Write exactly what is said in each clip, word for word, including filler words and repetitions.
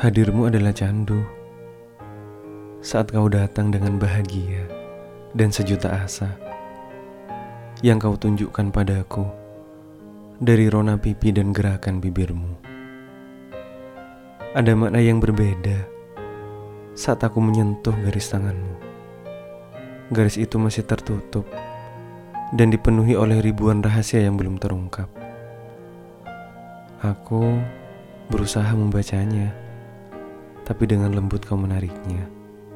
Hadirmu adalah candu saat kau datang dengan bahagia dan sejuta asa yang kau tunjukkan padaku dari rona pipi dan gerakan bibirmu. Ada makna yang berbeda saat aku menyentuh garis tanganmu. Garis itu masih tertutup dan dipenuhi oleh ribuan rahasia yang belum terungkap. Aku berusaha membacanya, tapi dengan lembut kau menariknya.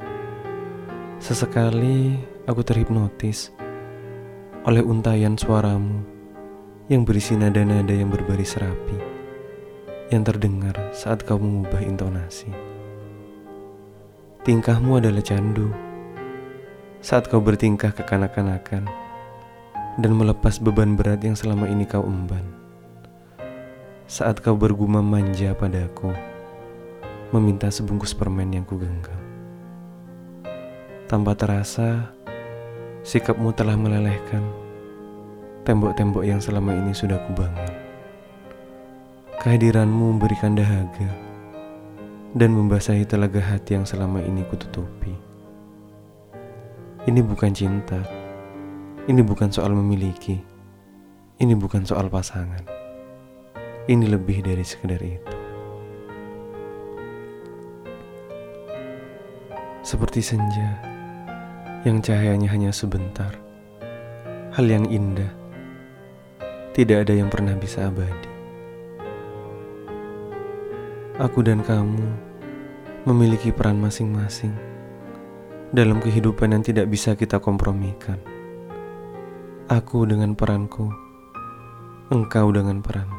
Sesekali aku terhipnotis oleh untayan suaramu yang berisi nada-nada yang berbaris rapi, yang terdengar saat kau mengubah intonasi. Tingkahmu adalah candu saat kau bertingkah kekanak-kanakan dan melepas beban berat yang selama ini kau emban. Saat kau bergumam manja padaku, meminta sebungkus permen yang kugenggam. Tanpa terasa, sikapmu telah melelehkan tembok-tembok yang selama ini sudah kubangun. Kehadiranmu memberikan dahaga dan membasahi telaga hati yang selama ini kututupi. Ini bukan cinta, ini bukan soal memiliki, ini bukan soal pasangan. Ini lebih dari sekedar itu. Seperti senja yang cahayanya hanya sebentar, hal yang indah, tidak ada yang pernah bisa abadi. Aku dan kamu memiliki peran masing-masing dalam kehidupan yang tidak bisa kita kompromikan. Aku dengan peranku, engkau dengan peranmu.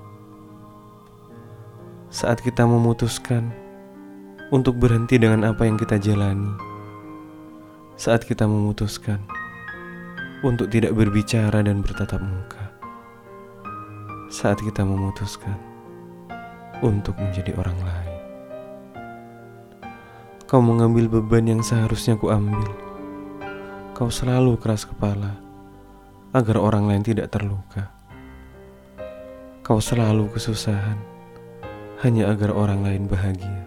Saat kita memutuskan untuk berhenti dengan apa yang kita jalani, saat kita memutuskan untuk tidak berbicara dan bertatap muka, saat kita memutuskan untuk menjadi orang lain, kau mengambil beban yang seharusnya ku ambil. Kau selalu keras kepala agar orang lain tidak terluka. Kau selalu kesusahan hanya agar orang lain bahagia.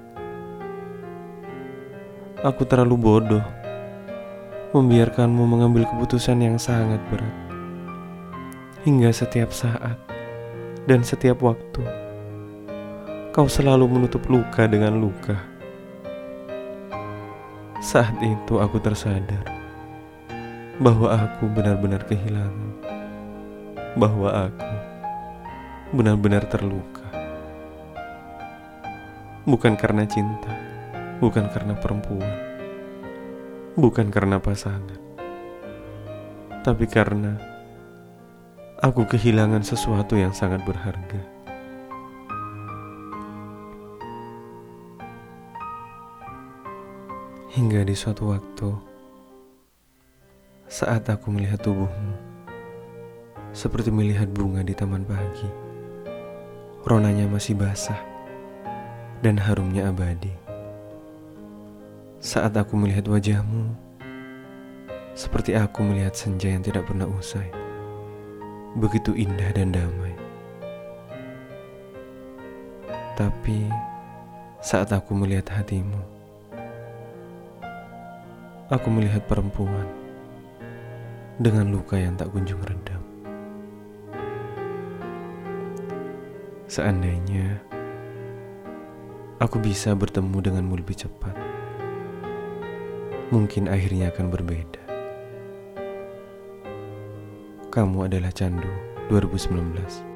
Aku terlalu bodoh membiarkanmu mengambil keputusan yang sangat berat. Hingga setiap saat dan setiap waktu, kau selalu menutup luka dengan luka. Saat itu aku tersadar bahwa aku benar-benar kehilangan, bahwa aku benar-benar terluka. Bukan karena cinta, bukan karena perempuan, bukan karena pasangan, tapi karena aku kehilangan sesuatu yang sangat berharga. Hingga di suatu waktu, saat aku melihat tubuhmu seperti melihat bunga di taman pagi, ronanya masih basah dan harumnya abadi. Saat aku melihat wajahmu, seperti aku melihat senja yang tidak pernah usai, begitu indah dan damai. Tapi saat aku melihat hatimu, aku melihat perempuan dengan luka yang tak kunjung redam. Seandainya aku bisa bertemu denganmu lebih cepat, mungkin akhirnya akan berbeda. Kamu adalah Candu dua ribu sembilan belas.